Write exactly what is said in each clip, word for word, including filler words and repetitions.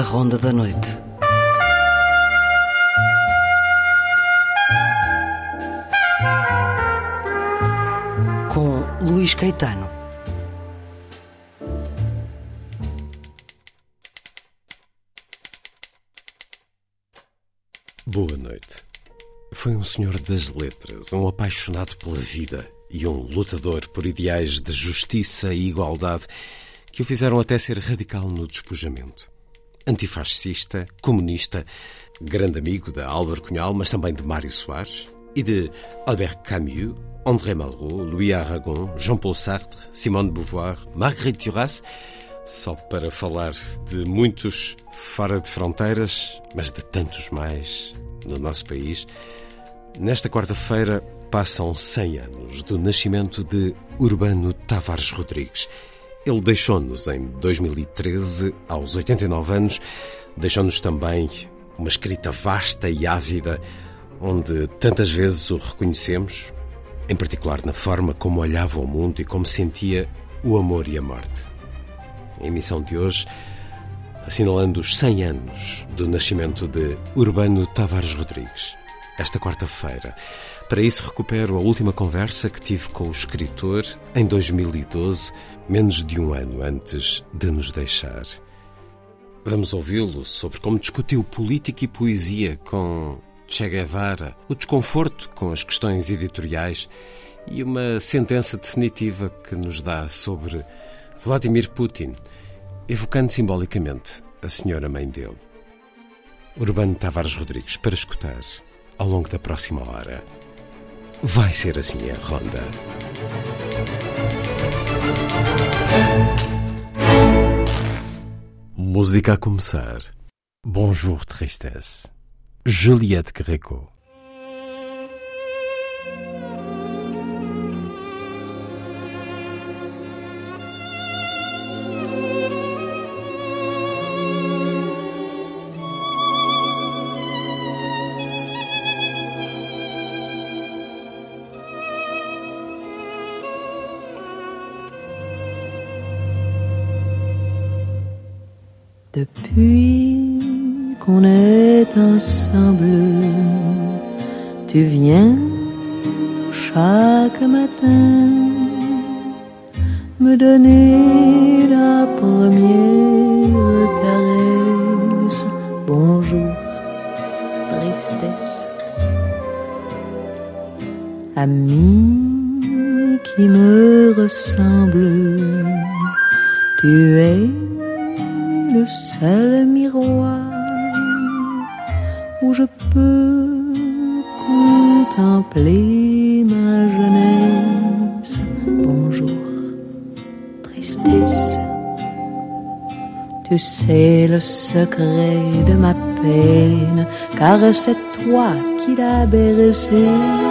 Ronda da Noite. Com Luís Caetano. Boa noite. Foi um senhor das letras, um apaixonado pela vida e um lutador por ideais de justiça e igualdade que o fizeram até ser radical no despojamento. Antifascista, comunista, grande amigo de Álvaro Cunhal, mas também de Mário Soares e de Albert Camus, André Malraux, Louis Aragon, Jean-Paul Sartre, Simone de Beauvoir, Marguerite Duras, só para falar de muitos fora de fronteiras, mas de tantos mais no nosso país. Nesta quarta-feira passam cem anos do nascimento de Urbano Tavares Rodrigues. Ele deixou-nos em dois mil e treze, aos oitenta e nove anos, deixou-nos também uma escrita vasta e ávida, onde tantas vezes o reconhecemos, em particular na forma como olhava o mundo e como sentia o amor e a morte. A emissão de hoje, assinalando os cem anos do nascimento de Urbano Tavares Rodrigues. Esta quarta-feira. Para isso recupero a última conversa que tive com o escritor em dois mil e doze, menos de um ano antes de nos deixar. Vamos ouvi-lo sobre como discutiu política e poesia com Che Guevara, o desconforto com as questões editoriais e uma sentença definitiva que nos dá sobre Vladimir Putin, evocando simbolicamente a senhora mãe dele. Urbano Tavares Rodrigues, para escutar ao longo da próxima hora. Vai ser assim a ronda. Música a começar. Bonjour Tristesse. Juliette Gréco. Depuis qu'on est ensemble, tu viens chaque matin me donner la première caresse. Bonjour, tristesse. Ami qui me ressemble, tu es le seul miroir où je peux contempler ma jeunesse. Bonjour, tristesse. Tu sais le secret de ma peine, car c'est toi qui l'as bercé.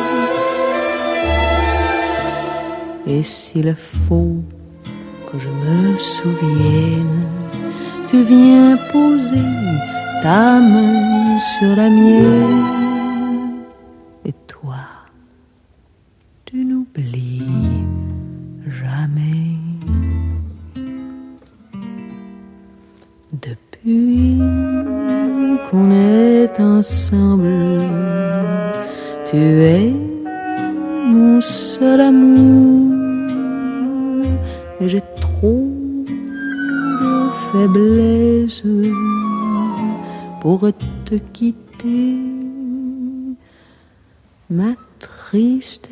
Et s'il faut que je me souvienne, tu viens poser ta main sur la mienne. Et toi, tu n'oublies jamais. Depuis qu'on est ensemble, tu es mon seul amour. Et j'ai trop faiblesse pour te quitter, ma tristesse.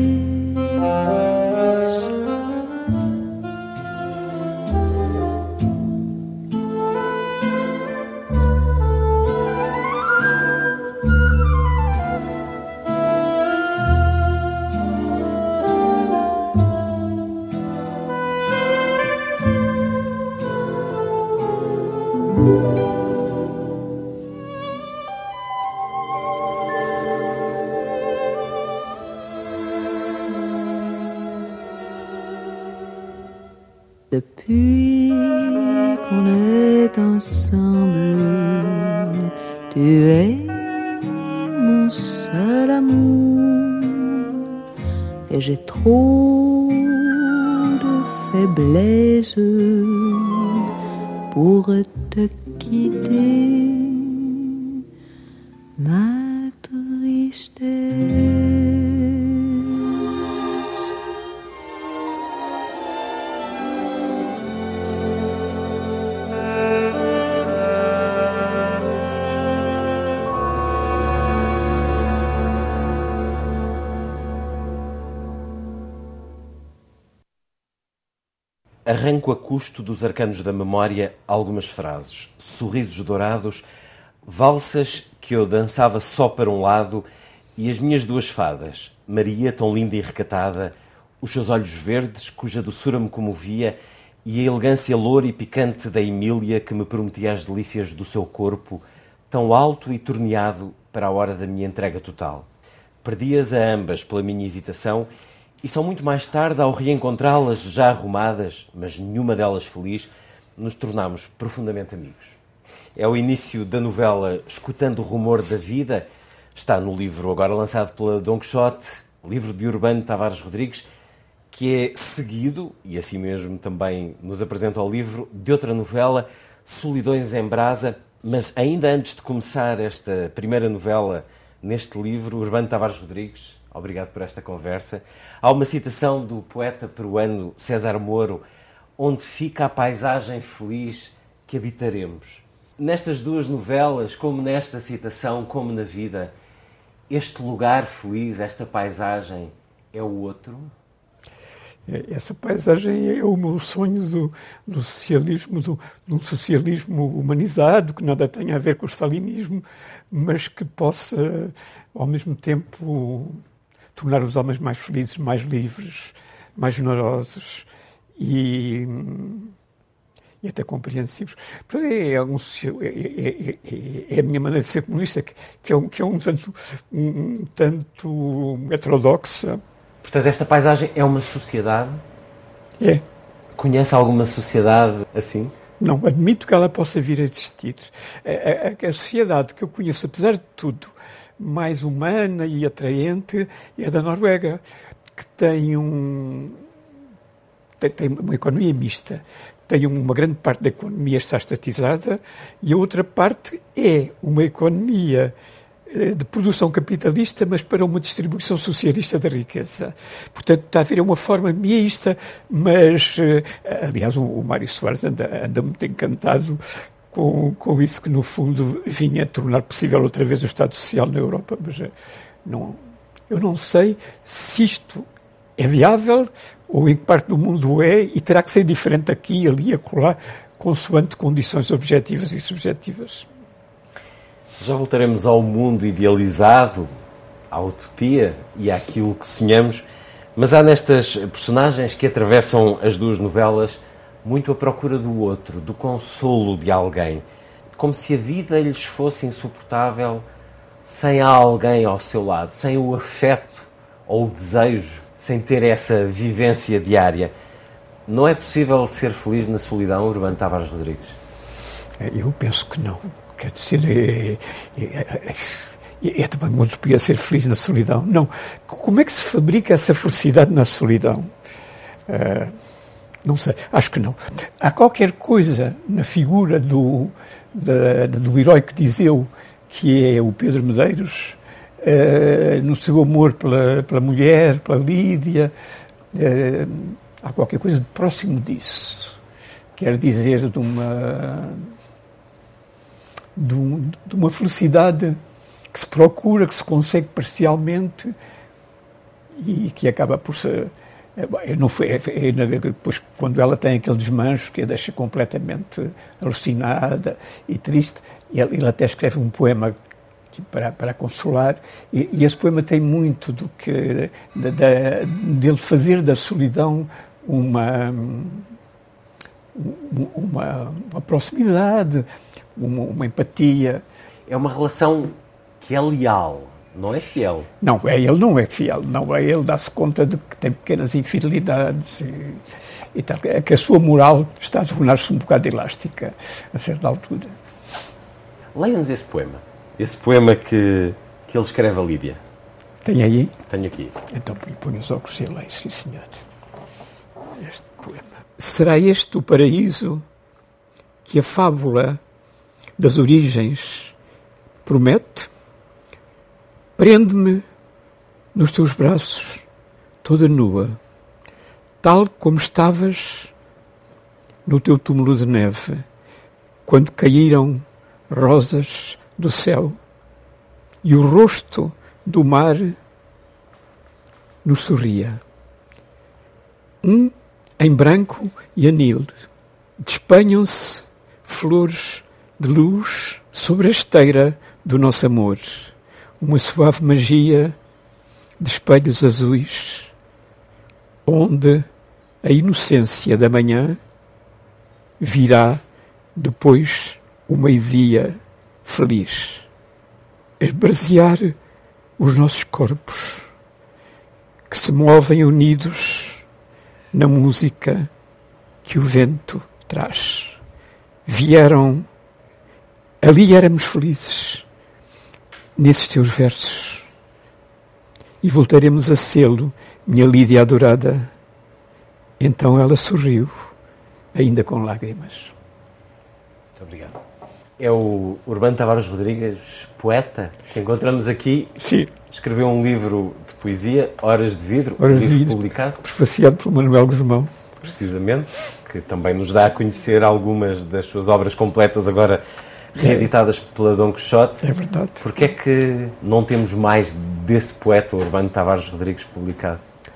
Depuis qu'on est ensemble, tu es mon seul amour. Et j'ai trop de faiblesse pour te quitter, quitter ma tristesse. Arranco a custo dos arcanos da memória algumas frases, sorrisos dourados, valsas que eu dançava só para um lado e as minhas duas fadas, Maria, tão linda e recatada, os seus olhos verdes, cuja doçura me comovia, e a elegância loura e picante da Emília que me prometia as delícias do seu corpo, tão alto e torneado para a hora da minha entrega total. Perdi-as a ambas pela minha hesitação e só muito mais tarde, ao reencontrá-las já arrumadas, mas nenhuma delas feliz, nos tornámos profundamente amigos. É o início da novela Escutando o Rumor da Vida. Está no livro agora lançado pela Dom Quixote, livro de Urbano Tavares Rodrigues, que é seguido, e assim mesmo também nos apresenta o livro, de outra novela, Solidões em Brasa. Mas ainda antes de começar esta primeira novela neste livro, Urbano Tavares Rodrigues, obrigado por esta conversa. Há uma citação do poeta peruano César Moro, onde fica a paisagem feliz que habitaremos. Nestas duas novelas, como nesta citação, como na vida, este lugar feliz, esta paisagem, é o outro? Essa paisagem é o meu sonho do, do socialismo, do, de um socialismo humanizado, que nada tem a ver com o stalinismo, mas que possa, ao mesmo tempo, tornar os homens mais felizes, mais livres, mais generosos e, e até compreensivos. É, é, um, é, é, é a minha maneira de ser comunista, que, que, é, um, que é um tanto, um, um tanto heterodoxa. Portanto, esta paisagem é uma sociedade? É. Conhece alguma sociedade assim? Não, admito que ela possa vir a existir. A, a, a sociedade que eu conheço, apesar de tudo, mais humana e atraente, é da Noruega, que tem, um, tem, tem uma economia mista. Tem uma grande parte da economia está estatizada e a outra parte é uma economia de produção capitalista, mas para uma distribuição socialista da riqueza. Portanto, está a haver uma forma mista, mas, aliás, o, o Mário Soares anda, anda muito encantado com, com isso que, no fundo, vinha a tornar possível outra vez o Estado Social na Europa, mas não, eu não sei se isto é viável ou em que parte do mundo é, e terá que ser diferente aqui, ali, acolá, consoante condições objetivas e subjetivas. Já voltaremos ao mundo idealizado, à utopia e àquilo que sonhamos, mas há nestas personagens que atravessam as duas novelas muito a procura do outro, do consolo de alguém, como se a vida lhes fosse insuportável sem alguém ao seu lado, sem o afeto ou o desejo, sem ter essa vivência diária. Não é possível ser feliz na solidão, Urbano Tavares Rodrigues? Eu penso que não. Quer dizer, é, é, é, é também uma utopia ser feliz na solidão. Não. Como é que se fabrica essa felicidade na solidão? Uh, não sei, acho que não. Há qualquer coisa na figura do, da, do herói que diz eu, que é o Pedro Medeiros, uh, no seu amor pela, pela mulher, pela Lídia. Uh, há qualquer coisa de próximo disso. Quer dizer, de uma... De, um, de uma felicidade que se procura, que se consegue parcialmente e que acaba por ser... Não foi, é, é, depois, quando ela tem aquele desmancho que a deixa completamente alucinada e triste, ele, ele até escreve um poema que, para, para consolar, e, e esse poema tem muito do que... De, de, dele fazer da solidão uma... uma, uma proximidade, Uma, uma empatia. É uma relação que é leal, não é fiel. Não, é, ele não é fiel, não é, ele dá-se conta de que tem pequenas infidelidades e, e tal, é que a sua moral está a tornar-se um bocado elástica a certa altura. Leia-nos esse poema, esse poema que, que ele escreve a Lídia. Tem aí? Tenho aqui. Então põe os óculos e leia, sim senhor. Este poema. Será este o paraíso que a fábula das origens, promete, prende-me nos teus braços, toda nua, tal como estavas no teu túmulo de neve, quando caíram rosas do céu e o rosto do mar nos sorria. Um em branco e anil, despenham-se flores de luz sobre a esteira do nosso amor, uma suave magia de espelhos azuis, onde a inocência da manhã virá depois o meio-dia feliz, esbrasear os nossos corpos, que se movem unidos na música que o vento traz. Vieram, ali éramos felizes, nesses teus versos, e voltaremos a sê-lo, minha Lídia adorada. Então ela sorriu, ainda com lágrimas. Muito obrigado. É o Urbano Tavares Rodrigues, poeta, que encontramos aqui. Sim. Escreveu um livro de poesia, Horas de Vidro, Horas um livro de Vidro, publicado. Prefaciado por Manuel Guzmão. Precisamente, que também nos dá a conhecer algumas das suas obras completas, agora reeditadas é. pela Dom Quixote. É verdade. Porquê é que não temos mais desse poeta, Urbano Tavares Rodrigues, publicado?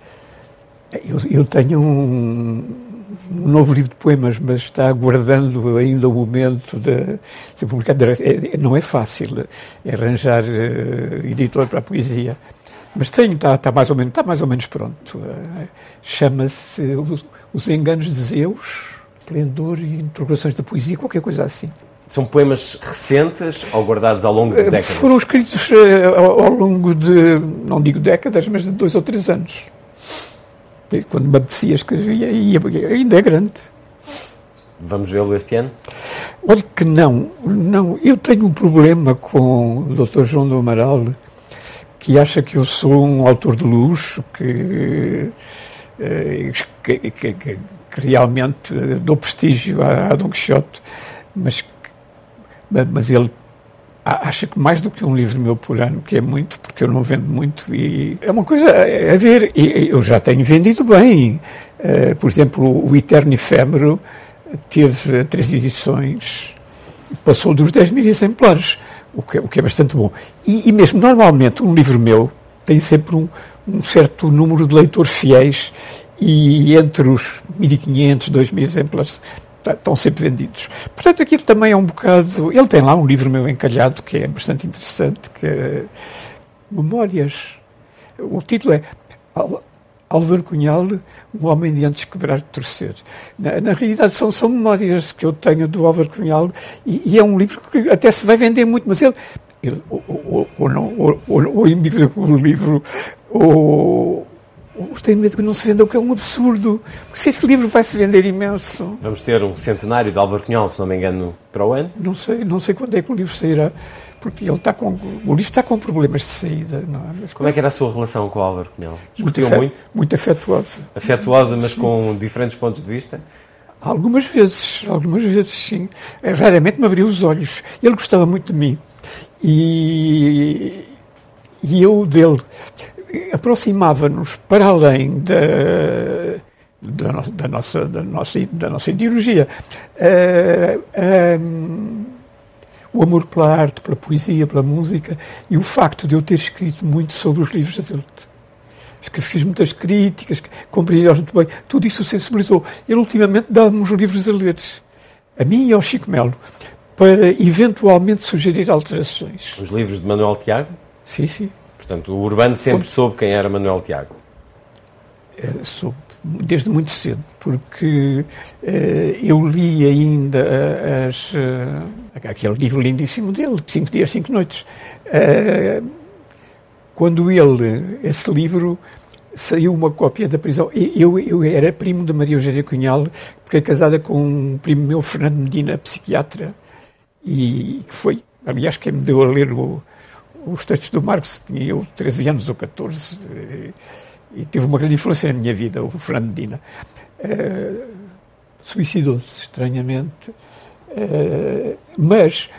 Eu, eu tenho um, um novo livro de poemas, mas está aguardando ainda o momento de ser publicado. É, não é fácil é arranjar uh, editor para a poesia, mas tenho, está, está, mais ou menos, está mais ou menos pronto. Uh, chama-se Os, Os Enganos de Zeus, Esplendor e Interrogações da Poesia, qualquer coisa assim. São poemas recentes ou guardados ao longo de décadas? Foram escritos uh, ao, ao longo de, não digo décadas, mas de dois ou três anos. Quando me apetecia escrevia, e ainda é grande. Vamos vê-lo este ano? Olha que não, não. Eu tenho um problema com o doutor João do Amaral, que acha que eu sou um autor de luxo, que, que, que, que, que realmente dou prestígio a, a Dom Quixote, mas, mas ele acha que mais do que um livro meu por ano, que é muito, porque eu não vendo muito, e é uma coisa a ver, e eu já tenho vendido bem. Uh, por exemplo, o Eterno Efêmero teve três edições, passou dos dez mil exemplares, o que, o que é bastante bom. E, e mesmo, normalmente, um livro meu tem sempre um, um certo número de leitores fiéis, e entre os mil e quinhentos, dois mil exemplares estão sempre vendidos. Portanto, aquilo também é um bocado... Ele tem lá um livro meu encalhado que é bastante interessante, que é Memórias. O título é Álvaro Cunhal, um homem de antes quebrar de torcer. Na, na realidade, são, são memórias que eu tenho do Álvaro Cunhal, e, e é um livro que até se vai vender muito, mas ele, ele ou, ou, ou, não, ou, ou, ou emigra com o livro, ou... Tenho medo que não se venda, o que é um absurdo, porque se esse livro vai se vender imenso. Vamos ter um centenário de Álvaro Cunhal, se não me engano, para o ano? Não sei, não sei quando é que o livro sairá, porque ele está com, o livro está com problemas de saída. Não é? Mas, como é que era a sua relação com o Álvaro Cunhal? Discutiu muito? Muito, muito afetuosa. Afetuosa, mas com diferentes pontos de vista? Algumas vezes, algumas vezes sim. Raramente me abriu os olhos. Ele gostava muito de mim. E, e eu dele. Aproximava-nos para além da, da, no, da, nossa, da, nossa, da nossa ideologia. Uh, um, o amor pela arte, pela poesia, pela música, e o facto de eu ter escrito muito sobre os livros dele. Que fiz muitas críticas, compreendi-os muito bem, tudo isso o sensibilizou. Ele ultimamente dá-me uns livros a ler, a mim e ao Chico Melo, para eventualmente sugerir alterações. Os livros de Manuel Tiago? Sim, sim. Portanto, o Urbano sempre Como? soube quem era Manuel Tiago? É, soube, desde muito cedo, porque é, eu li ainda as, é, aquele livro lindíssimo dele, Cinco Dias, Cinco Noites. É, quando ele, esse livro, saiu uma cópia da prisão. Eu, eu era primo de Maria Eugênia Cunhal, porque é casada com um primo meu, Fernando Medina, psiquiatra, e que foi, aliás, quem me deu a ler o os textos do Marx. Tinha eu treze anos ou catorze, e, e teve uma grande influência na minha vida, o Fernando Medina. Uh, Suicidou-se, estranhamente, uh, mas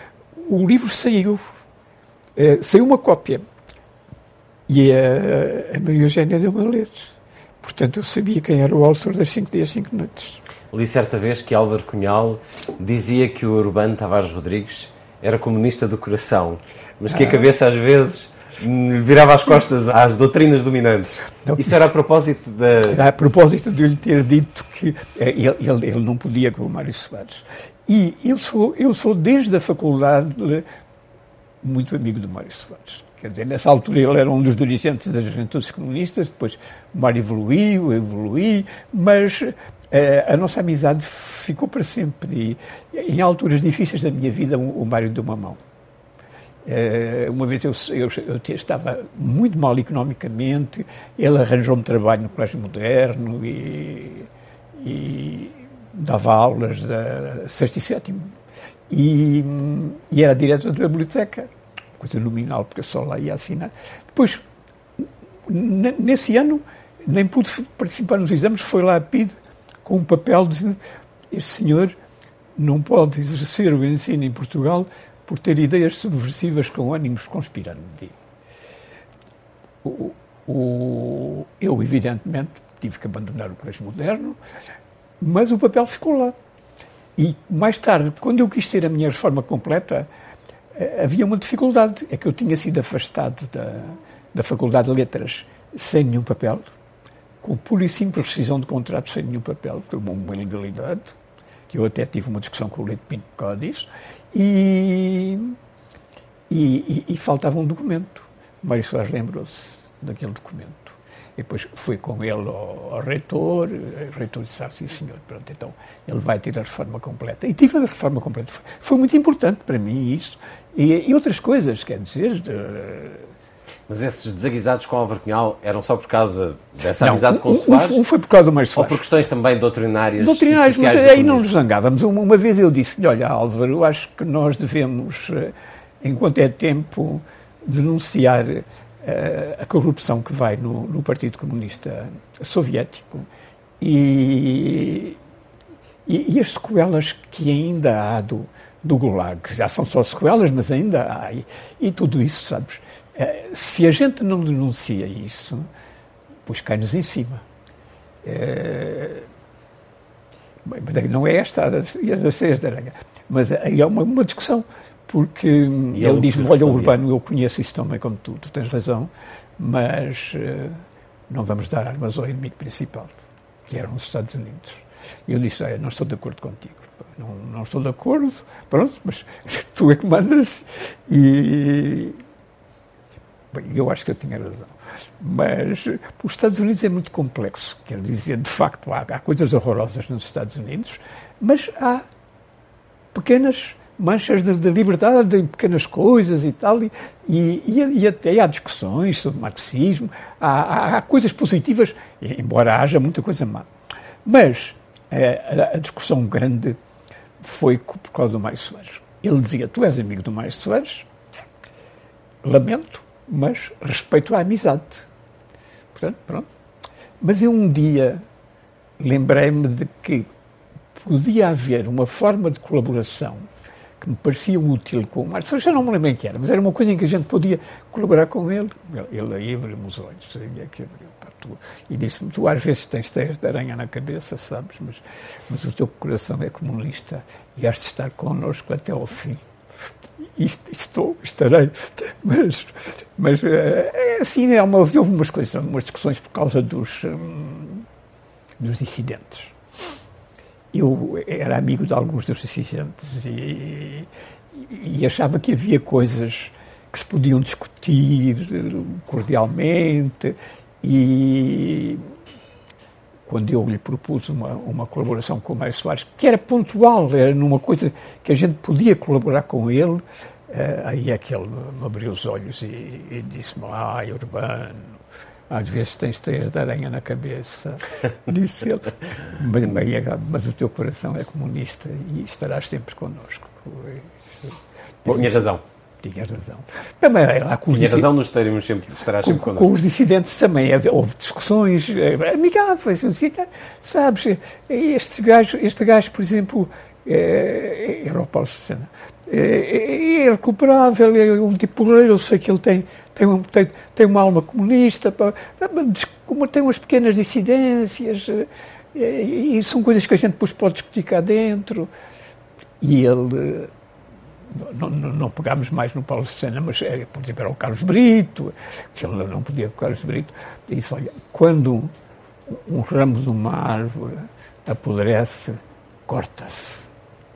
o livro saiu, uh, saiu uma cópia, e a, a Maria Eugénia deu-me a ler. Portanto, eu sabia quem era o autor das Cinco Dias, Cinco Noites. Li certa vez que Álvaro Cunhal dizia que o Urbano Tavares Rodrigues era comunista do coração, mas que ah. a cabeça às vezes virava as costas às doutrinas dominantes. Não, isso era a propósito da... Era a propósito de eu lhe ter dito que ele, ele, ele não podia com o Mário Soares. E eu sou, eu sou desde a faculdade muito amigo do Mário Soares. Quer dizer, nessa altura ele era um dos dirigentes das Juventudes Comunistas, depois o Mário evoluiu, eu evoluí, mas eh, a nossa amizade ficou para sempre. E em alturas difíceis da minha vida, o, o Mário deu uma mão. Uh, uma vez eu, eu, eu estava muito mal economicamente, ele arranjou-me trabalho no Colégio Moderno e, e dava aulas da sexto e sétimo e, e era diretor da biblioteca, coisa nominal, porque eu só lá ia assinar. Depois, n- nesse ano, nem pude participar nos exames, foi lá a P I D com um papel dizendo: este senhor não pode exercer o ensino em Portugal por ter ideias subversivas com ânimos conspirandi. O, o, eu, evidentemente, tive que abandonar o Colégio Moderno, mas o papel ficou lá. E, mais tarde, quando eu quis ter a minha reforma completa, havia uma dificuldade. É que eu tinha sido afastado da, da Faculdade de Letras sem nenhum papel, com pura e simples rescisão de contrato sem nenhum papel, por uma ilegalidade, que eu até tive uma discussão com o Leite Pinto por causa disso, e, e, e, e faltava um documento. O Mário Soares lembrou-se daquele documento. E depois fui com ele ao, ao reitor, o reitor disse: ah, sim, senhor, pronto, então ele vai ter a reforma completa. E tive a reforma completa. Foi, foi muito importante para mim isso. E, e outras coisas, quer dizer... De, Mas esses desaguisados com Álvaro Cunhal eram só por causa dessa não, amizade com o Soares? Um, um foi por causa do Mário Soares. Ou por questões também doutrinárias? Doutrinárias, mas aí não nos zangávamos. Uma, uma vez eu disse-lhe: olha, Álvaro, eu acho que nós devemos, enquanto é tempo, denunciar uh, a corrupção que vai no, no Partido Comunista Soviético e, e, e as sequelas que ainda há do, do Gulag. Já são só sequelas, mas ainda há. E, e tudo isso, sabes? Se a gente não denuncia isso, pois cai-nos em cima. É... Não é esta a da Ceia de Aranha, mas aí é uma, uma discussão, porque e ele diz-me: olha, o Urbano, eu conheço isso também como tu, tu tens razão, mas uh, não vamos dar armas ao inimigo principal, que eram os Estados Unidos. E eu disse: olha, não estou de acordo contigo, não, não estou de acordo, pronto, mas tu é que mandas. E... Bem, eu acho que eu tinha razão. Mas os Estados Unidos é muito complexo. Quer dizer, de facto, há, há coisas horrorosas nos Estados Unidos, mas há pequenas manchas de, de liberdade em pequenas coisas e tal, e, e, e até há discussões sobre marxismo, há, há, há coisas positivas, embora haja muita coisa má. Mas a, a discussão grande foi por causa do Mário Soares. Ele dizia: tu és amigo do Mário Soares, lamento, mas respeito à amizade. Portanto, pronto. Mas eu um dia lembrei-me de que podia haver uma forma de colaboração que me parecia útil com o Mário Soares. Já não me lembro em que era, mas era uma coisa em que a gente podia colaborar com ele. Ele aí abriu-me os olhos, sabia que abriu, pá, tu, e disse-me: tu às vezes tens teias de aranha na cabeça, sabes, mas, mas o teu coração é comunista e has de estar connosco até ao fim. Estou, estarei, mas, mas assim, é uma, houve umas coisas, umas discussões por causa dos, um, dos dissidentes. Eu era amigo de alguns dos dissidentes e, e achava que havia coisas que se podiam discutir cordialmente, e quando eu lhe propus uma, uma colaboração com o Mário Soares, que era pontual, era numa coisa que a gente podia colaborar com ele, uh, aí é que ele me abriu os olhos e, e disse-me: ah, Urbano, às vezes tens teias de aranha na cabeça, disse ele, mas, mas o teu coração é comunista e estarás sempre connosco. E tinha razão. Tinha razão. Também, lá, com Tinha razão nos termos sempre, estarás sempre com, connosco. Com os dissidentes também houve discussões amigáveis, assim, sabes, este gajo, este gajo, por exemplo, é, era o Paulo Cesena, é, é irrecuperável, é um tipo porreiro, eu sei que ele tem, tem, um, tem, tem uma alma comunista, pá, tem umas pequenas dissidências, e, e são coisas que a gente depois pode discutir cá dentro. E ele... Não, não, não pegámos mais no Paulo Sena, mas, por exemplo, era o Carlos Brito, que ele não podia com o Carlos Brito. E disse, olha, quando um, um ramo de uma árvore apodrece, corta-se.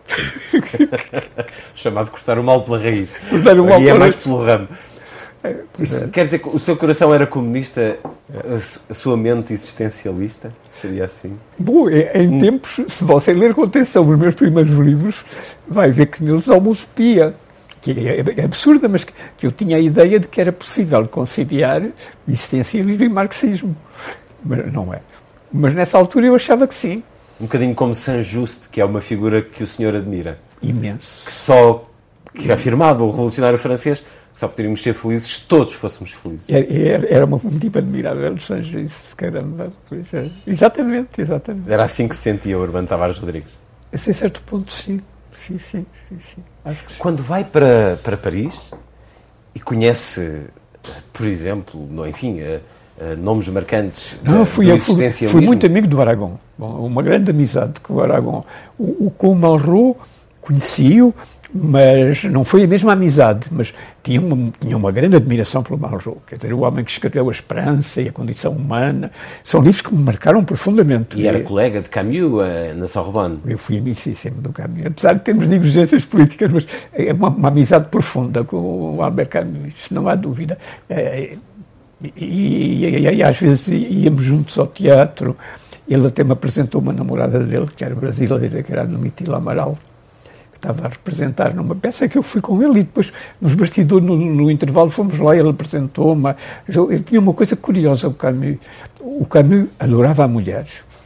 Chamado de cortar o mal pela raiz. Cortar o mal e pela é mais raiz. pelo ramo. É, Isso, é. Quer dizer que o seu coração era comunista, a sua mente existencialista? Seria assim? Bom, em hum. tempos, se você ler com atenção os meus primeiros livros, vai ver que neles há uma utopia, que é absurda, mas que, que eu tinha a ideia de que era possível conciliar existencialismo e marxismo. Mas não é. Mas nessa altura eu achava que sim. Um bocadinho como Saint-Just, que é uma figura que o senhor admira. Imenso. Que só, que afirmava o revolucionário francês, que só poderíamos ser felizes se todos fôssemos felizes. Era, era uma, um tipo admirável de Saint-Just, caramba. Exatamente, exatamente. Era assim que se sentia o Urbano Tavares Rodrigues? A certo ponto, sim. Sim, sim, sim, sim. Acho que sim. Quando vai para, para Paris e conhece, por exemplo, no, enfim... Uh, nomes marcantes Não, uh, fui, do fui, existencialismo. Fui muito amigo do Aragon. Bom, uma grande amizade com o Aragon. O, o, com o Malraux conheci-o, mas não foi a mesma amizade, mas tinha uma, tinha uma grande admiração pelo Malraux. Quer dizer, o homem que escreveu A Esperança e A Condição Humana, são livros que me marcaram profundamente. E era e, colega de Camus uh, na Sorbonne. Eu fui amicíssimo do Camus, apesar de termos divergências políticas, mas é uma, uma amizade profunda com o Albert Camus, não há dúvida. É, E, e, e, e às vezes íamos juntos ao teatro. Ele até me apresentou uma namorada dele, que era brasileira, que era a Domitila Amaral, que estava a representar numa peça que eu fui com ele, e depois nos bastidores, no, no intervalo, fomos lá e ele apresentou-me. Ele tinha uma coisa curiosa, o Camus. O Camus adorava a mulher,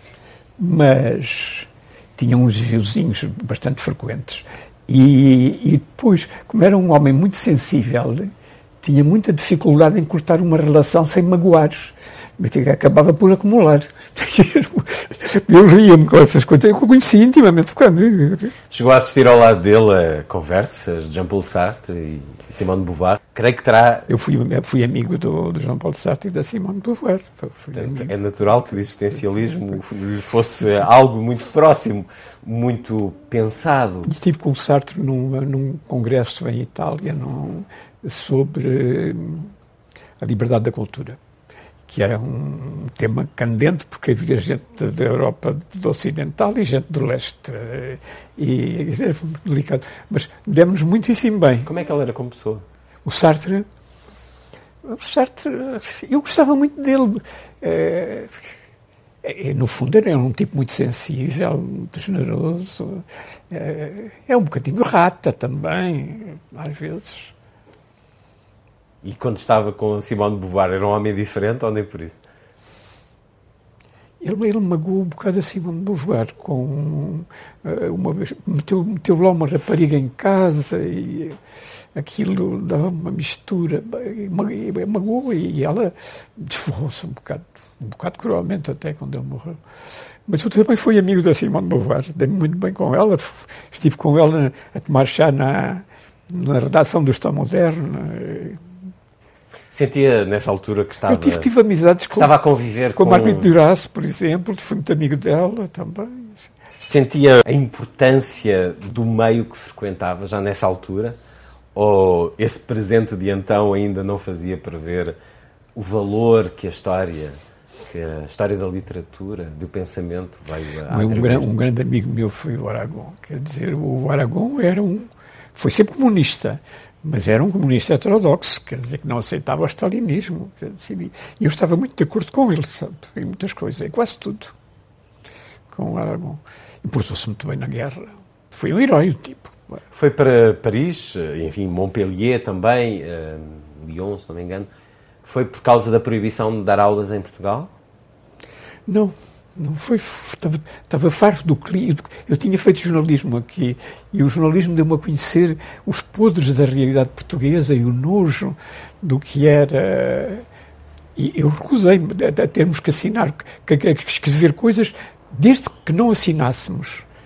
mas tinha uns desviozinhos bastante frequentes. E, e depois, como era um homem muito sensível, tinha muita dificuldade em cortar uma relação sem magoar, mas que acabava por acumular. Eu ria-me com essas coisas, eu conheci intimamente o Camus. Chegou a assistir ao lado dele a conversas de Jean-Paul Sartre e Simone de Beauvoir. Creio que terá... Eu fui, fui amigo do, do Jean-Paul Sartre e da Simone de Beauvoir. É natural que o existencialismo fosse algo muito próximo, muito pensado. Estive com o Sartre num, num congresso em Itália, num... sobre a liberdade da cultura, que era um tema candente, porque havia gente da Europa do Ocidental e gente do Leste, e era muito delicado, mas demos-nos muitíssimo bem. Como é que ele era como pessoa? O Sartre, o Sartre, eu gostava muito dele. É, é, no fundo era um tipo muito sensível, muito generoso, é, é um bocadinho rata também, às vezes. E quando estava com Simone de Beauvoir, era um homem diferente ou nem por isso? Ele, ele magoou um bocado a Simone de Beauvoir, com uma vez, meteu, meteu lá uma rapariga em casa e aquilo dava uma mistura, e magoou, e ela desforrou-se um bocado, um bocado cruelmente até quando ele morreu. Mas eu também fui amigo da Simone de Beauvoir, dei-me muito bem com ela, estive com ela a tomar chá na, na redação do Estado Moderno. Sentia nessa altura que estava... Eu tive, tive amizades com... Estava a conviver com... com... Marguerite Duras, por exemplo, fui muito amigo dela também. Sentia a importância do meio que frequentava já nessa altura? Ou esse presente de então ainda não fazia prever o valor que a história, que a história da literatura, do pensamento veio a um, gran, um grande amigo meu foi o Aragon. Quer dizer, o Aragon era um... Foi sempre comunista, mas era um comunista heterodoxo, quer dizer, que não aceitava o stalinismo. Quer dizer, e eu estava muito de acordo com ele, sabe, em muitas coisas, em quase tudo, com o Aragon. E portou-se muito bem na guerra. Foi um herói, o tipo. Foi para Paris, enfim, Montpellier também, uh, Lyon, se não me engano. Foi por causa da proibição de dar aulas em Portugal? Não. Não foi, estava, estava farto do clima. Eu tinha feito jornalismo aqui e o jornalismo deu-me a conhecer os podres da realidade portuguesa e o nojo do que era. E eu recusei-me a, a termos que assinar, que, que, que escrever coisas, desde que não assinássemos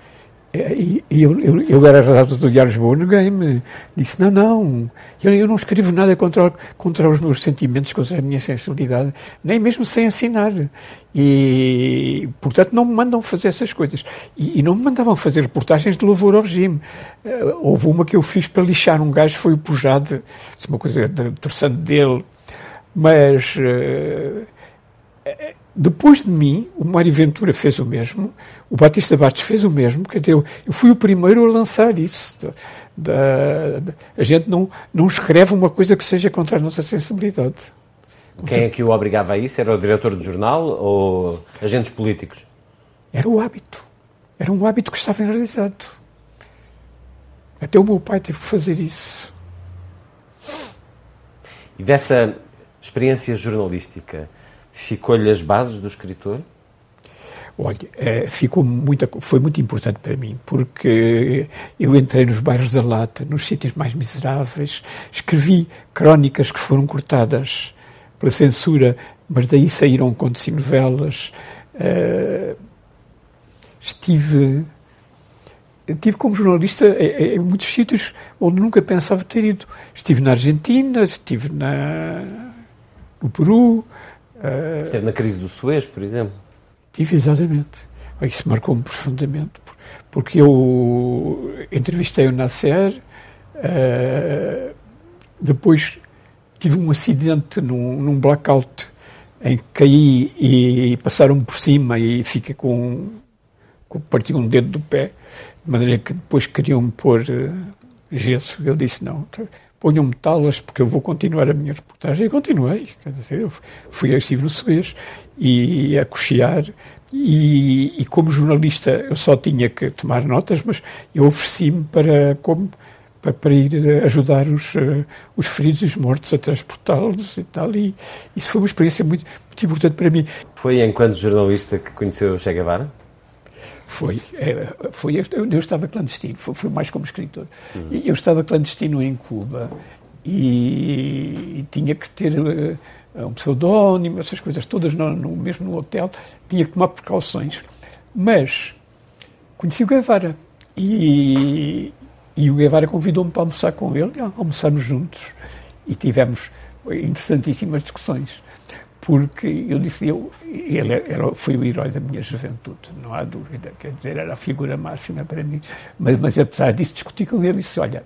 E eu, eu, eu era redator do Diário de Lisboa, neguei-me. Disse, não, não, eu, eu não escrevo nada contra, contra os meus sentimentos, contra a minha sensibilidade, nem mesmo sem assinar. E, portanto, não me mandam fazer essas coisas. E, e não me mandavam fazer reportagens de louvor ao regime. Uh, houve uma que eu fiz para lixar um gajo, foi o Pujade, uma coisa interessante dele. Mas... Uh, depois de mim, o Mário Ventura fez o mesmo, o Batista Bastos fez o mesmo, quer dizer, eu, eu fui o primeiro a lançar isso. Da, da, a gente não, não escreve uma coisa que seja contra a nossa sensibilidade. Quem é que o obrigava a isso? Era o diretor do jornal ou agentes políticos? Era o hábito. Era um hábito que estava enraizado. Até o meu pai teve que fazer isso. E dessa experiência jornalística, ficou-lhe as bases do escritor? Olha, ficou muito, foi muito importante para mim, porque eu entrei nos bairros da Lata, nos sítios mais miseráveis, escrevi crónicas que foram cortadas pela censura, mas daí saíram contos e novelas. Estive, estive como jornalista em, em muitos sítios onde nunca pensava ter ido. Estive na Argentina, estive na, no Peru. Uh, Esteve na crise do Suez, por exemplo? Tive, exatamente. Isso marcou-me profundamente, porque eu entrevistei o Nasser, uh, depois tive um acidente num, num blackout em que caí e passaram-me por cima e fiquei com, com parti um dedo do pé, de maneira que depois queriam-me pôr uh, gesso. Eu disse não, ponham-me talas porque eu vou continuar a minha reportagem. E continuei, quer dizer, eu fui, eu estive no Suez e a cochear e, e como jornalista eu só tinha que tomar notas, mas eu ofereci-me para, como, para, para ir ajudar os, uh, os feridos e os mortos a transportá-los e tal, e isso foi uma experiência muito, muito importante para mim. Foi enquanto jornalista que conheceu Che Guevara? Foi, foi eu, eu estava clandestino, foi, foi mais como escritor. Uhum. Eu estava clandestino em Cuba e, e tinha que ter uh, um pseudónimo, essas coisas todas, no, no, mesmo no hotel, tinha que tomar precauções. Mas conheci o Guevara e, e o Guevara convidou-me para almoçar com ele, e almoçámos juntos e tivemos interessantíssimas discussões. Porque eu disse, eu, ele era, foi o herói da minha juventude, não há dúvida, quer dizer, era a figura máxima para mim. Mas, mas apesar disso, discuti com ele e disse, olha,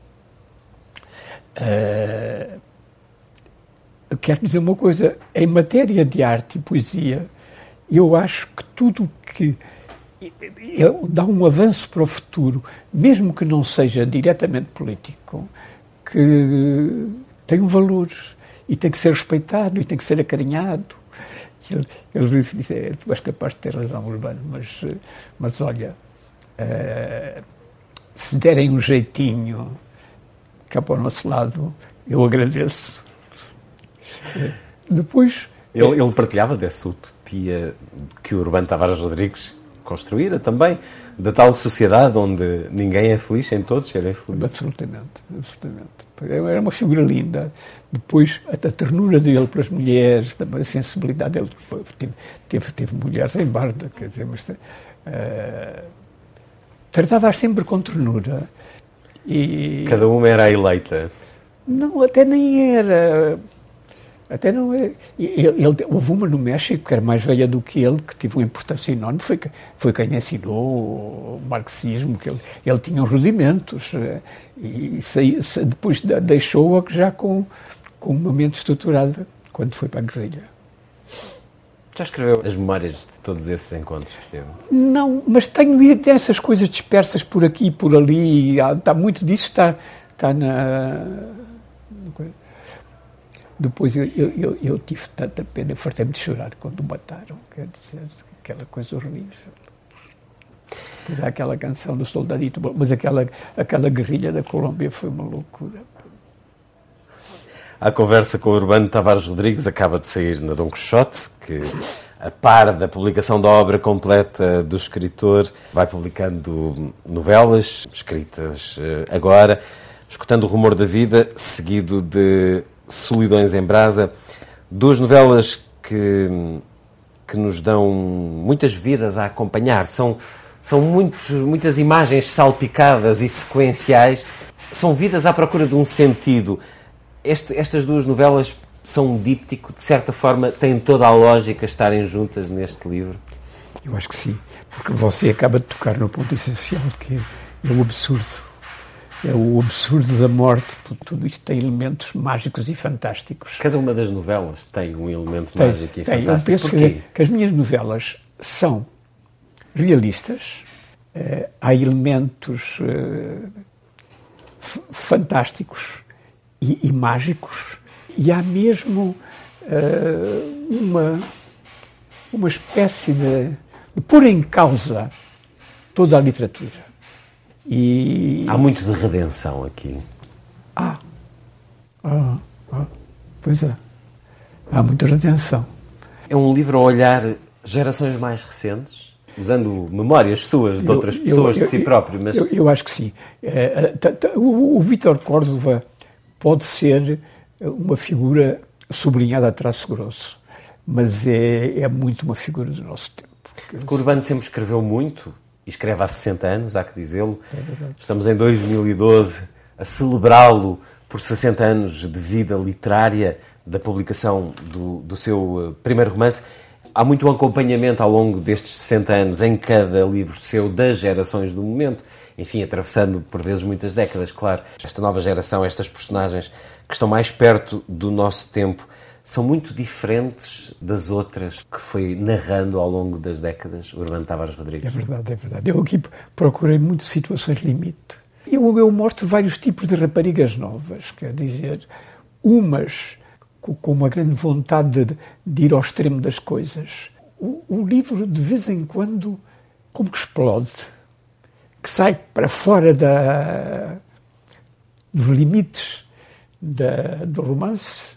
uh, eu quero dizer uma coisa, em matéria de arte e poesia, eu acho que tudo que dá um avanço para o futuro, mesmo que não seja diretamente político, que tem um valor e tem que ser respeitado e tem que ser acarinhado. Ele, ele disse, tu és capaz de ter razão, Urbano, mas, mas olha, uh, se derem um jeitinho cá para o nosso lado, eu agradeço. Uh, depois... Ele, ele partilhava dessa utopia que o Urbano Tavares Rodrigues construíra também, da tal sociedade onde ninguém é feliz, sem todos serem felizes. Absolutamente, absolutamente. Era uma figura linda. Depois, a, a ternura dele para as mulheres, também a sensibilidade dele. Foi, teve, teve, teve mulheres em Barda, quer dizer, mas uh, tratava-as sempre com ternura. E, cada uma era a eleita. Não, até nem era... Até não é. Ele, ele, houve uma no México que era mais velha do que ele, que teve uma importância enorme. Foi, foi quem ensinou o marxismo, que ele, ele tinha os rudimentos. E saí, depois deixou-a já com, com uma mente estruturada quando foi para a guerrilha. Já escreveu as memórias de todos esses encontros que teve? Não, mas tenho essas coisas dispersas por aqui e por ali. Está muito disso, está, está na. Depois eu, eu, eu tive tanta pena, eu fartei-me de chorar quando o mataram, quer dizer, aquela coisa horrível. Depois há aquela canção do Soldadito, mas aquela, aquela guerrilha da Colômbia foi uma loucura. A conversa com o Urbano Tavares Rodrigues acaba de sair na Dom Quixote, que, a par da publicação da obra completa do escritor, vai publicando novelas escritas agora, Escutando o Rumor da Vida, seguido de Solidões em Brasa, duas novelas que, que nos dão muitas vidas a acompanhar. São São muitos, muitas imagens salpicadas e sequenciais. São vidas à procura de um sentido. Este, estas duas novelas são um díptico, de certa forma, têm toda a lógica estarem juntas neste livro? Eu acho que sim, porque você acaba de tocar no ponto essencial, que é o absurdo. É o absurdo da morte, porque tudo isto tem elementos mágicos e fantásticos. Cada uma das novelas tem um elemento tem, mágico e tem. fantástico. Eu penso Porquê? que, que as minhas novelas são realistas, eh, há elementos eh, f- fantásticos e, e mágicos, e há mesmo eh, uma, uma espécie de, de pôr em causa toda a literatura. E... Há muito de redenção aqui. Ah, ah, ah, pois é, há muita redenção. É um livro a olhar gerações mais recentes, usando memórias suas de outras Eu- pessoas, eu- de si eu- próprio, mas Eu, eu acho que sim. É, t- t- o o Vítor Córdova pode ser uma figura sublinhada a traço grosso, mas é, é muito uma figura do nosso tempo. porque o Urbano sempre escreveu muito, e escreve há sessenta anos, há que dizê-lo. Estamos em dois mil e doze a celebrá-lo por sessenta anos de vida literária, da publicação do, do seu eh, primeiro romance. Há muito acompanhamento ao longo destes sessenta anos em cada livro seu das gerações do momento, enfim, atravessando por vezes muitas décadas, claro. Esta nova geração, estas personagens que estão mais perto do nosso tempo, são muito diferentes das outras que foi narrando ao longo das décadas Urbano Tavares Rodrigues. É verdade, é verdade. Eu aqui procurei muito situações limite. Eu, eu mostro vários tipos de raparigas novas, quer dizer, umas com, com uma grande vontade de, de ir ao extremo das coisas. O, o livro, de vez em quando, como que explode, que sai para fora da, dos limites da, do romance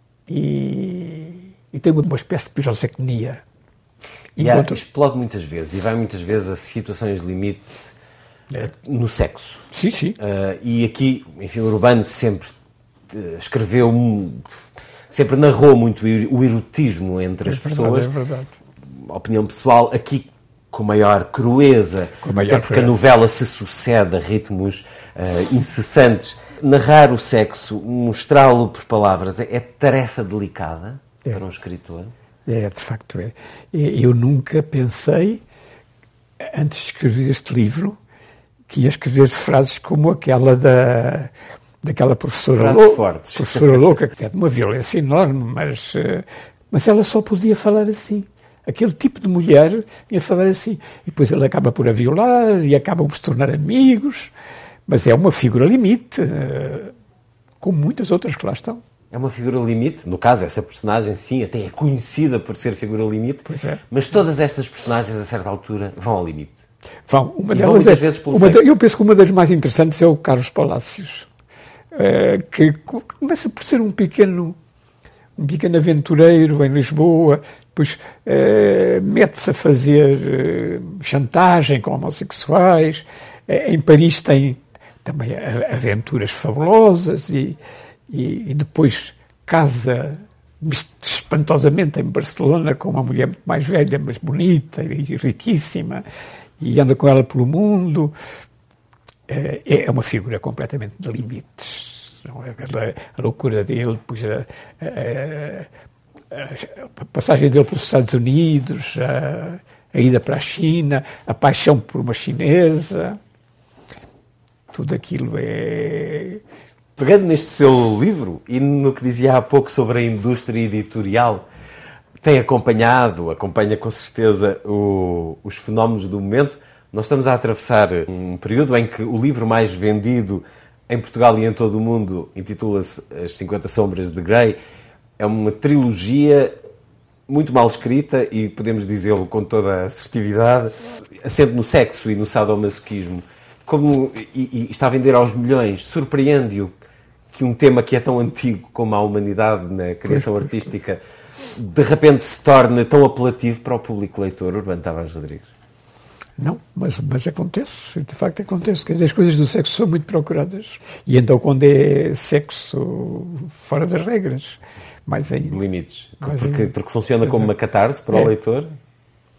e, e tem uma espécie de pirotecnia. E há, Enquanto- explode muitas vezes e vai muitas vezes a situações limite É. no sexo. Sim, sim. Uh, e aqui, enfim, o Urbano sempre uh, escreveu, um- sempre narrou muito o erotismo entre as É verdade, pessoas. é verdade. Opinião pessoal, aqui com maior crueza, Com maior até porque crueza. a novela se sucede a ritmos uh, incessantes. Narrar o sexo, mostrá-lo por palavras, é, é tarefa delicada É. para um escritor? É, de facto é. Eu nunca pensei, antes de escrever este livro, que ia escrever frases como aquela da, daquela professora, Frases lou- fortes. professora louca, que é de uma violência enorme, mas, eh, mas ela só podia falar assim. Aquele tipo de mulher ia falar assim. E depois ele acaba por a violar e acabam por se tornar amigos, mas é uma figura limite, eh, como muitas outras que lá estão. É uma figura limite, no caso essa personagem sim, até é conhecida por ser figura limite, Pois é. mas todas estas personagens a certa altura vão ao limite. Vão, uma E vão delas muitas é, vezes pelo uma sexo. de- eu penso que uma das mais interessantes é o Carlos Palácios, eh, que co- começa por ser um pequeno, um pequeno aventureiro em Lisboa, depois eh, mete-se a fazer eh, chantagem com homossexuais, eh, em Paris tem também a- aventuras fabulosas e, e, e depois casa espantosamente em Barcelona com uma mulher muito mais velha, mas bonita e riquíssima, e anda com ela pelo mundo. É, é uma figura completamente de limites. Não é? A, a loucura dele, depois a, a, a, a passagem dele pelos Estados Unidos, a, a ida para a China, a paixão por uma chinesa, tudo aquilo é... Pegando neste seu livro e no que dizia há pouco sobre a indústria editorial, tem acompanhado, acompanha com certeza o, os fenómenos do momento. Nós estamos a atravessar um período em que o livro mais vendido em Portugal e em todo o mundo intitula-se As cinquenta Sombras de Grey. É uma trilogia muito mal escrita e, podemos dizê-lo com toda a assertividade, assente no sexo e no sadomasoquismo. Como, e, e está a vender aos milhões, surpreende-o que um tema que é tão antigo como a humanidade na criação artística de repente se torne tão apelativo para o público leitor. Urbano Tavares Rodrigues. Não, mas, mas acontece, de facto acontece. Quer dizer, as coisas do sexo são muito procuradas. E então, quando é sexo fora das regras, mais ainda. Limites. Mas Porque, é- porque funciona como uma catarse para o É. leitor.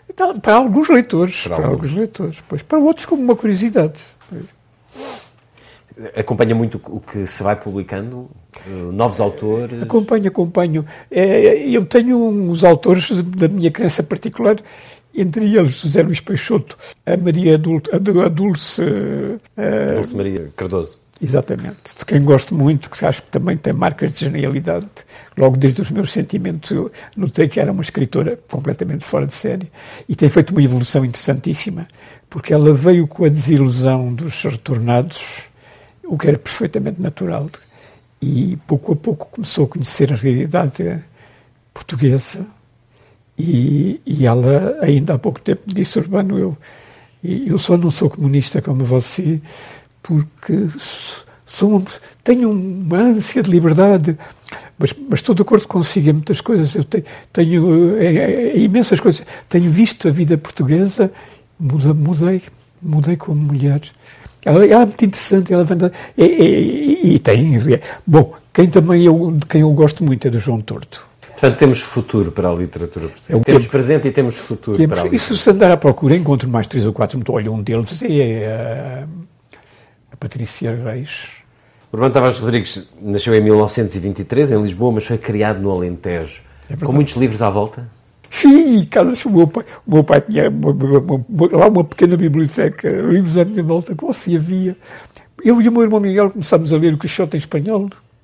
Para alguns leitores, para, para alguns. alguns leitores, pois, para outros como uma curiosidade. Pois. Acompanha muito o que se vai publicando? Novos autores? Acompanho, acompanho. É, eu tenho uns autores da minha crença particular, entre eles José Luís Peixoto, a Maria Dulce... A Dulce, a, Dulce Maria Cardoso. Exatamente. De quem gosto muito, que acho que também tem marcas de genialidade. Logo desde os meus sentimentos eu notei que era uma escritora completamente fora de série e tem feito uma evolução interessantíssima, porque ela veio com a desilusão dos retornados, o que era perfeitamente natural, e pouco a pouco começou a conhecer a realidade portuguesa e, e ela ainda há pouco tempo me disse: Urbano, eu, eu só não sou comunista como você, porque sou, tenho uma ânsia de liberdade, mas, mas estou de acordo consigo em muitas coisas. Eu tenho, tenho é, é, imensas coisas. Tenho visto a vida portuguesa, mudei, mudei como mulher. Ela, ela é muito interessante, ela é, é, é, e tem... É, bom, quem também eu, de quem eu gosto muito é do João Torto. Portanto, temos futuro para a literatura portuguesa. É, temos é, presente e temos futuro temos, para a literatura. Isso, se andar à procura, encontro mais três ou quatro. Olha, um deles é... a Patrícia Reis. Urbano Tavares Rodrigues nasceu em mil novecentos e vinte e três, em Lisboa, mas foi criado no Alentejo. É com muitos livros à volta? Sim, casas, o meu pai, o meu pai tinha uma, uma, uma, lá uma pequena biblioteca, livros à minha volta, como se havia. Eu e o meu irmão Miguel começámos a ler o Quixote em espanhol.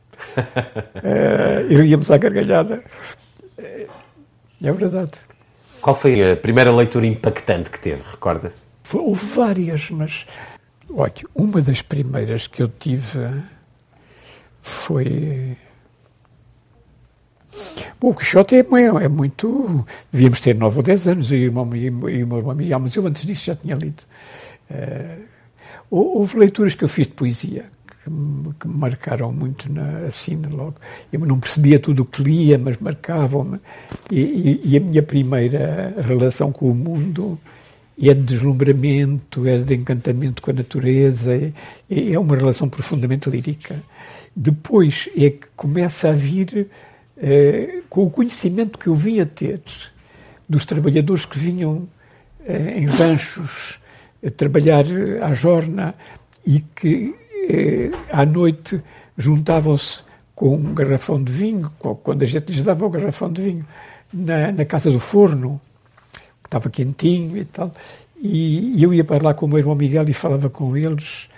uh, e íamos à gargalhada. Uh, é verdade. Qual foi a primeira leitura impactante que teve, recorda-se? Houve várias, mas... Olha, uma das primeiras que eu tive foi... Bom, o Quixote é, é muito... Devíamos ter nove ou dez anos, e o meu irmão Miguel, mas eu antes disso já tinha lido. Uh, houve leituras que eu fiz de poesia, que me, que me marcaram muito na, assim logo. Eu não percebia tudo o que lia, mas marcavam-me. E, e, e a minha primeira relação com o mundo... é de deslumbramento, é de encantamento com a natureza, é, é uma relação profundamente lírica. Depois é que começa a vir, eh, com o conhecimento que eu vim a ter dos trabalhadores que vinham eh, em ranchos a trabalhar à jorna e que eh, à noite juntavam-se com um garrafão de vinho, quando a gente lhes dava o garrafão de vinho, na, na casa do forno, que estava quentinho e tal, e eu ia para lá com o meu irmão Miguel e falava com eles,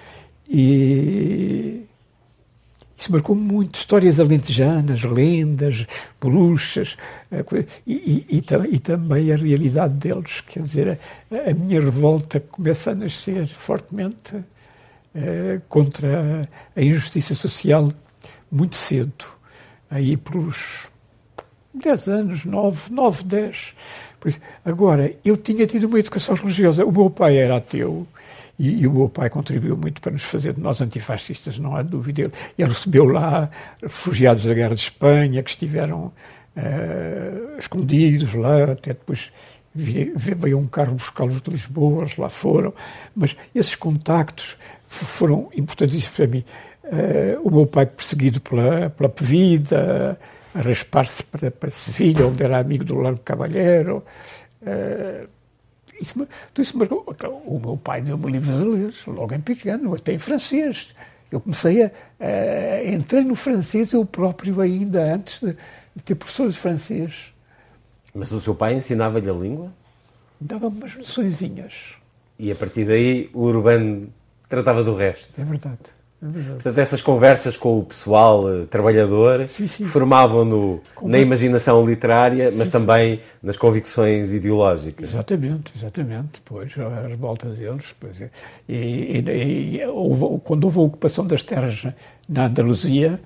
e isso marcou muito. Histórias alentejanas, lendas, bruxas, e, e, e, e também a realidade deles, quer dizer, a, a minha revolta começa a nascer fortemente eh, contra a injustiça social muito cedo, aí pelos dez anos, nove, nove, dez. Agora, eu tinha tido uma educação religiosa. O meu pai era ateu e, e o meu pai contribuiu muito para nos fazer de nós antifascistas, não há dúvida. Ele, ele recebeu lá refugiados da Guerra de Espanha que estiveram uh, escondidos lá, até depois veio, veio um carro buscá-los de Lisboa, eles lá foram. Mas esses contactos foram importantíssimos para mim. Uh, o meu pai perseguido pela, pela Pevida, a raspar-se para, para Sevilha, onde era amigo do Largo Cavalheiro. Uh, isso, isso marcou. O meu pai deu-me livros a ler, logo em pequeno, até em francês. Eu comecei a... Uh, entrei no francês eu próprio ainda, antes de, de ter professor de francês. Mas o seu pai ensinava-lhe a língua? Dava-me umas noçõezinhas. E a partir daí o Urbano tratava do resto? É verdade. É Portanto, essas conversas com o pessoal uh, trabalhador sim, sim. formavam-no Como... na imaginação literária, mas sim, também sim. nas convicções ideológicas. Exatamente, exatamente. Pois, a revolta deles. Pois, e, e, e houve, quando houve a ocupação das terras na Andaluzia,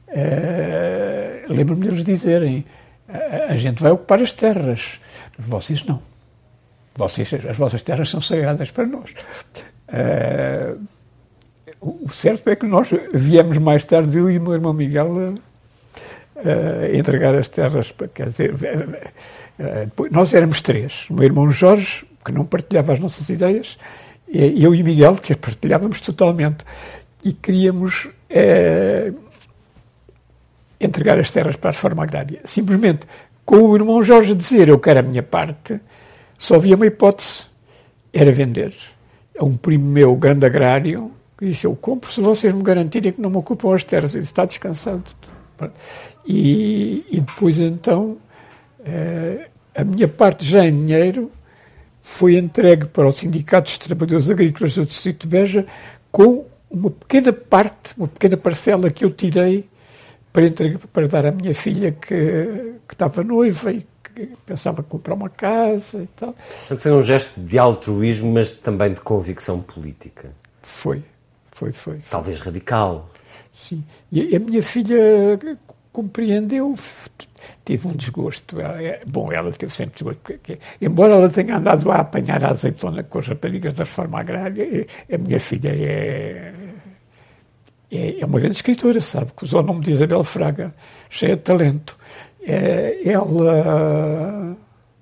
uh, lembro-me deles dizerem: a, a gente vai ocupar as terras, vocês não. Vocês, as vossas terras são sagradas para nós. Uh, O certo é que nós viemos mais tarde, eu e o meu irmão Miguel, a, a entregar as terras. Quer dizer, nós éramos três. O meu irmão Jorge, que não partilhava as nossas ideias, e eu e o Miguel, que as partilhávamos totalmente. E queríamos é, entregar as terras para a reforma agrária. Simplesmente, com o irmão Jorge dizer eu quero a minha parte, Só havia uma hipótese, era vender. A um primo meu, grande agrário, que disse, eu compro se vocês me garantirem que não me ocupam as terras. Ele está descansado. E, e depois, então, eh, a minha parte já em dinheiro foi entregue para o Sindicato dos Trabalhadores Agrícolas do Distrito de Beja com uma pequena parte, uma pequena parcela que eu tirei para, entregar, para dar à minha filha que, que estava noiva e que pensava comprar uma casa e tal. Portanto, foi um gesto de altruísmo, mas também de convicção política. Foi, foi, foi. foi. Talvez radical. Sim. E a minha filha compreendeu, teve um desgosto. Bom, ela teve sempre desgosto, porque, embora ela tenha andado a apanhar a azeitona com as raparigas da reforma agrária, a minha filha é, é, é uma grande escritora, sabe, que usou o nome de Isabel Fraga, cheia de talento. É, ela,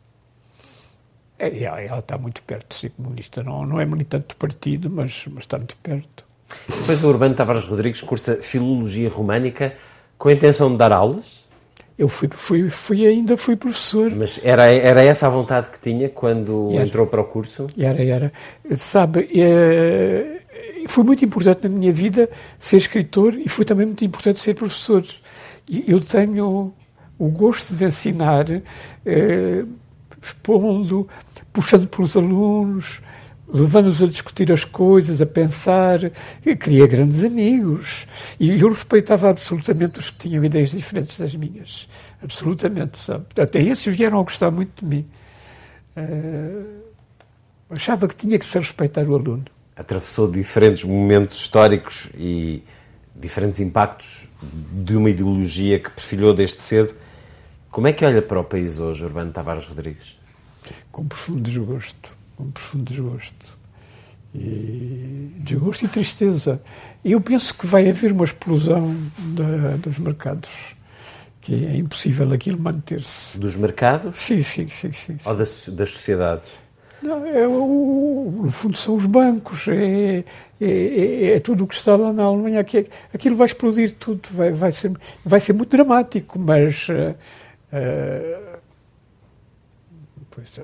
é, ela está muito perto de ser comunista, não, não é militante do partido, mas, mas está muito perto. Depois o Urbano Tavares Rodrigues cursa Filologia Românica com a intenção de dar aulas? Eu fui, fui, fui ainda fui professor. Mas era, era essa a vontade que tinha quando era. entrou para o curso? Era, era. Sabe, é, foi muito importante na minha vida ser escritor e foi também muito importante ser professor. Eu tenho o gosto de ensinar, é, expondo, puxando pelos alunos, levando-os a discutir as coisas, a pensar. Eu queria grandes amigos. E eu respeitava absolutamente os que tinham ideias diferentes das minhas. Absolutamente, sabe? Até esses vieram a gostar muito de mim. Uh, achava que tinha que se respeitar o aluno. Atravessou diferentes momentos históricos e diferentes impactos de uma ideologia que perfilhou desde cedo. Como é que olha para o país hoje, Urbano Tavares Rodrigues? Com profundo desgosto. Com profundo desgosto. E, desgosto e tristeza. Eu penso que vai haver uma explosão da, dos mercados, que é impossível aquilo manter-se. Dos mercados? Sim, sim, sim. sim, sim. Ou das, das sociedades? Não, é, o, no fundo são os bancos, é, é, é, é tudo o que está lá na Alemanha. Aqui, aquilo vai explodir tudo, vai, vai, ser, vai ser muito dramático, mas... Uh, uh, pois, uh,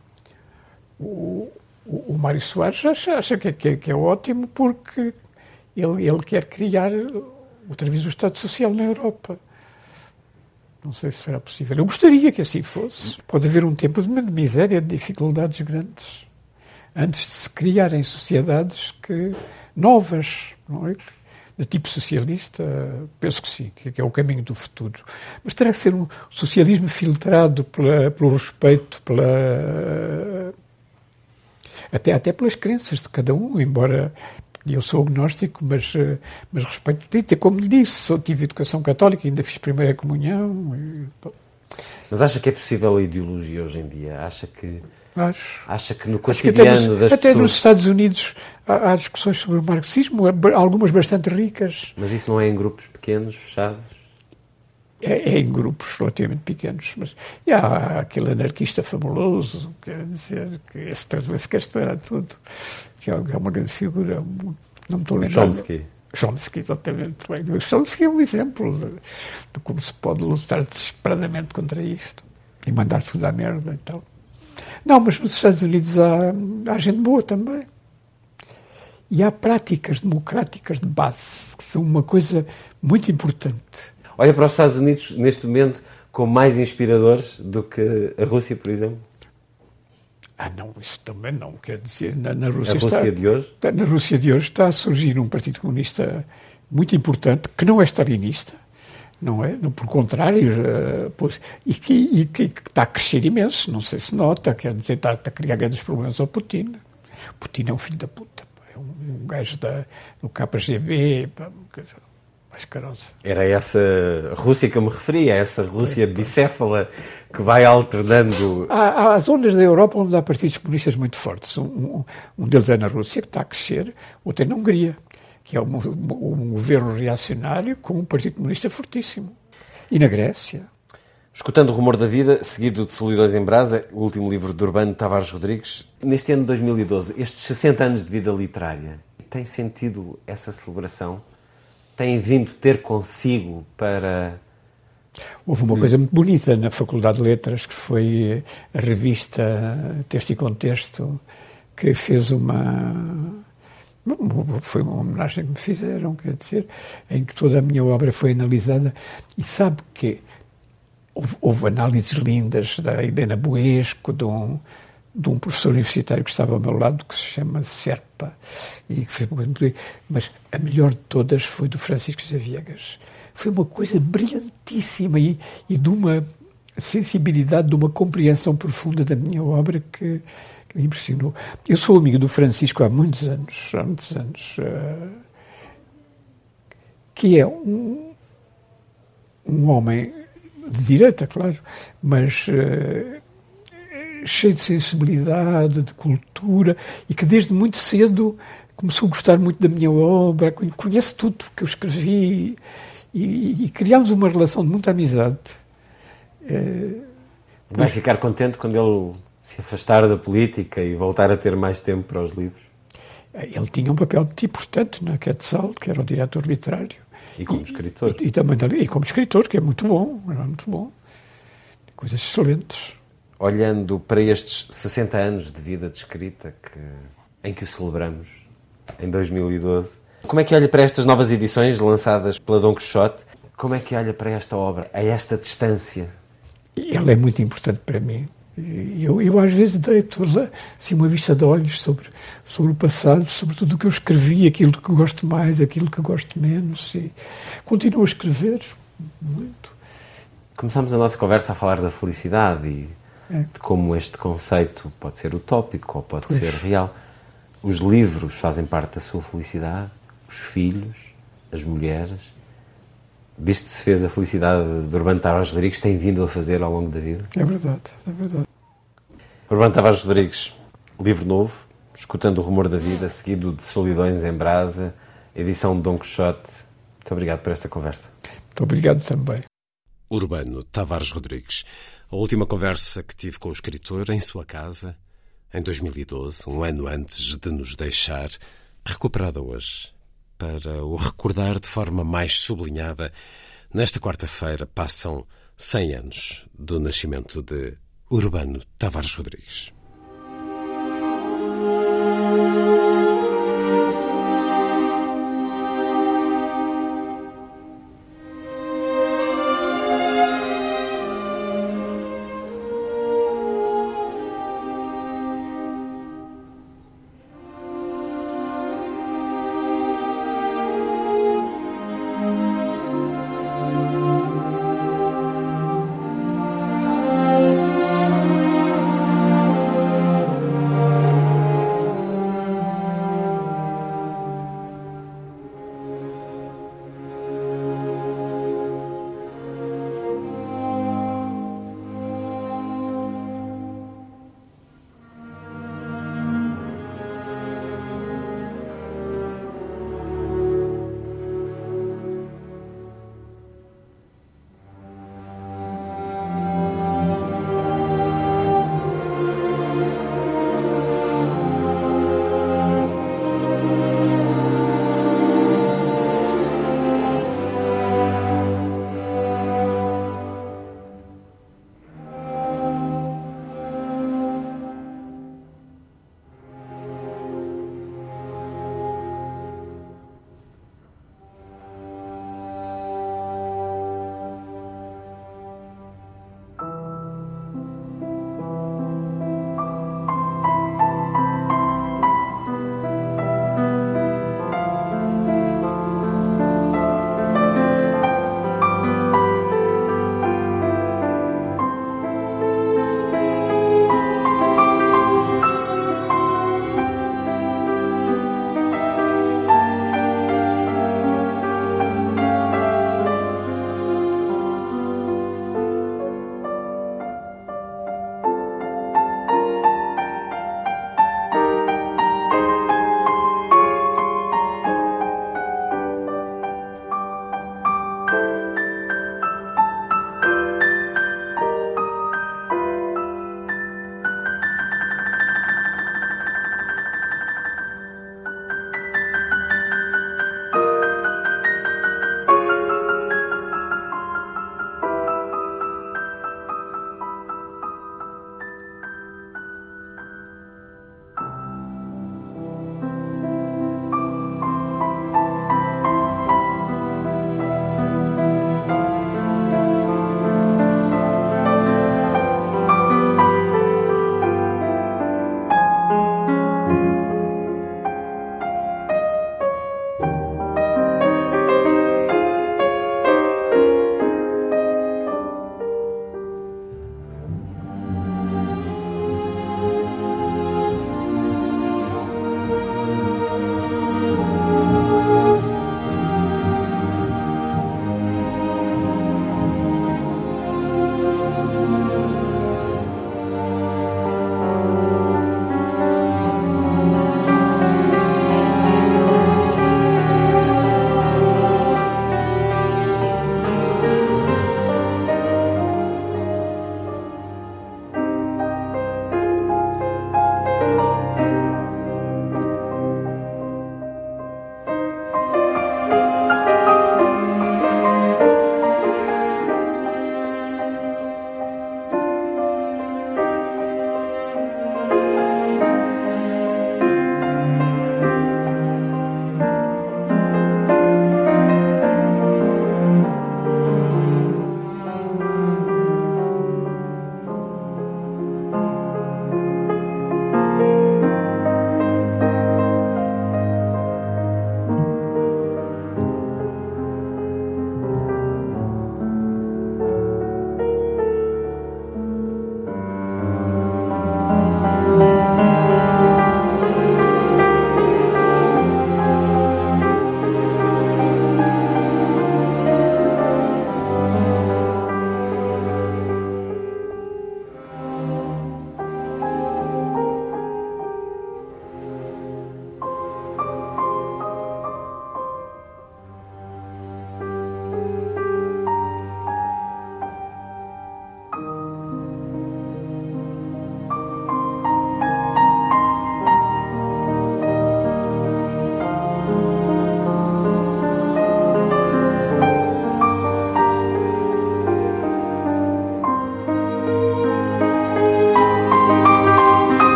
o, o, o Mário Soares acha, acha que, que, que é ótimo porque ele, ele quer criar outra vez o Estado Social na Europa. Não sei se será possível. Eu gostaria que assim fosse. Pode haver um tempo de miséria, de dificuldades grandes, antes de se criarem sociedades que, novas, não é? De tipo socialista. Penso que sim, que é o caminho do futuro. Mas terá que ser um socialismo filtrado pela, pelo respeito, pela, até, até pelas crenças de cada um, embora... Eu sou agnóstico, mas, mas respeito. Como lhe disse, sou, tive educação católica, ainda fiz primeira comunhão. E... Mas acha que é possível a ideologia hoje em dia? Acha que, Acho. Acha que no cotidiano até nos, das até pessoas... Até nos Estados Unidos há, há discussões sobre o marxismo, algumas bastante ricas. Mas isso não é em grupos pequenos, fechados? É, é em grupos relativamente pequenos. Mas e há aquele anarquista fabuloso, quer dizer, que esse esse Castor era tudo, que é uma grande figura, não me estou a lembrar. Chomsky. Chomsky, exatamente. O Chomsky é um exemplo de, de como se pode lutar desesperadamente contra isto e mandar tudo à merda e tal. Não, mas nos Estados Unidos há, há gente boa também. E há práticas democráticas de base, que são uma coisa muito importante. Olha para os Estados Unidos, neste momento, como mais inspiradores do que a Rússia, por exemplo? Ah, não, isso também não. Quer dizer, na, na Rússia... A Rússia está, de hoje? Está, na Rússia de hoje está a surgir um partido comunista muito importante, que não é stalinista, não é? Não, por contrário, uh, pois, e, que, e que, que está a crescer imenso, não sei se nota, quer dizer, está, está a criar grandes problemas ao Putin. Putin é um filho da puta, é um, um gajo da, do K G B... Pá, Ascarosa. Era essa Rússia que eu me referia, essa Rússia bicéfala que vai alternando... Há, há zonas da Europa onde há partidos comunistas muito fortes. Um, um, um deles é na Rússia, que está a crescer, outro é na Hungria, que é um, um, um governo reacionário com um partido comunista fortíssimo. E na Grécia. Escutando o Rumor da Vida, seguido de Solidões em Brasa, o último livro de Urbano Tavares Rodrigues, neste ano de dois mil e doze, estes sessenta anos de vida literária, tem sentido essa celebração? Tem vindo ter consigo para Houve uma coisa muito bonita na Faculdade de Letras, que foi a revista Texto e Contexto, que fez uma... Foi uma homenagem que me fizeram, quer dizer, em que toda a minha obra foi analisada. E sabe que houve, houve análises lindas da Helena Buesco, de um, de um professor universitário que estava ao meu lado, que se chama Serpa, e que fez muito bem. Mas a melhor de todas foi do Francisco José Viegas. Foi uma coisa brilhantíssima e, e de uma sensibilidade, de uma compreensão profunda da minha obra que, que me impressionou. Eu sou amigo do Francisco há muitos anos, há muitos anos, uh, que é um, um homem de direita, claro, mas uh, cheio de sensibilidade, de cultura, e que desde muito cedo começou a gostar muito da minha obra, conhece tudo que eu escrevi. E, e criámos uma relação de muita amizade. Vai ficar contente quando ele se afastar da política e voltar a ter mais tempo para os livros? Ele tinha um papel muito importante na Quetzal, que era o diretor literário. E como escritor. E, e, também, e como escritor, que é muito bom, era muito bom. Coisas excelentes. Olhando para estes sessenta anos de vida de escrita, que, em que o celebramos, em dois mil e doze, como é que olha para estas novas edições lançadas pela Dom Quixote? Como é que olha para esta obra, a esta distância? Ela é muito importante para mim. Eu, eu às vezes deito assim, uma vista de olhos sobre, sobre o passado, sobre tudo o que eu escrevi, aquilo que gosto mais, aquilo que gosto menos. E continuo a escrever muito. Começámos a nossa conversa a falar da felicidade e é. de como este conceito pode ser utópico ou pode Pois. ser real. Os livros fazem parte da sua felicidade, os filhos, as mulheres. Disto se fez a felicidade de Urbano Tavares Rodrigues, tem vindo a fazer ao longo da vida. É verdade, é verdade. Urbano Tavares Rodrigues, livro novo, Escutando o Rumor da Vida, seguido de Solidões em Brasa, edição de Dom Quixote. Muito obrigado por esta conversa. Muito obrigado também. Urbano Tavares Rodrigues. A última conversa que tive com o escritor em sua casa, em dois mil e doze, um ano antes de nos deixar, recuperada hoje, para o recordar de forma mais sublinhada. Nesta quarta-feira passam cem anos do nascimento de Urbano Tavares Rodrigues.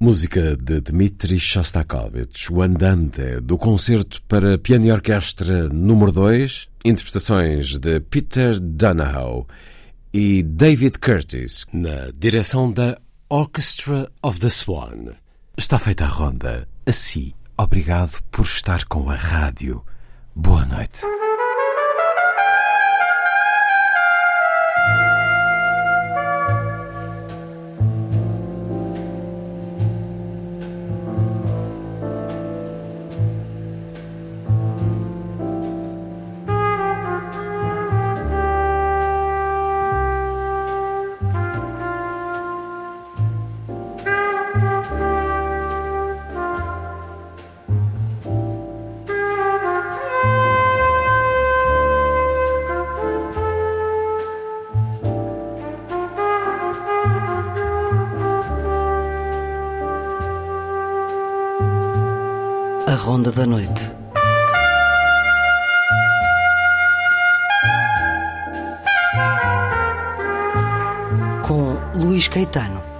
Música de Dmitri Shostakovich, o Andante, do concerto para piano e orquestra número dois, interpretações de Peter Donohoe e David Curtis, na direção da Orchestra of the Swan. Está feita a ronda. Assim, obrigado por estar com a rádio. Boa noite. A Ronda da Noite. Com Luís Caetano.